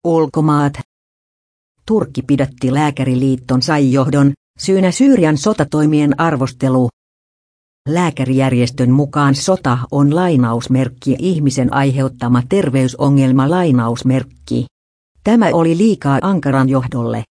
Ulkomaat. Turkki pidätti Lääkäriliiton SAI-johdon, syynä Syyrian sotatoimien arvostelu. Lääkärijärjestön mukaan sota on lainausmerkki ihmisen aiheuttama terveysongelma lainausmerkki. Tämä oli liikaa Ankaran johdolle.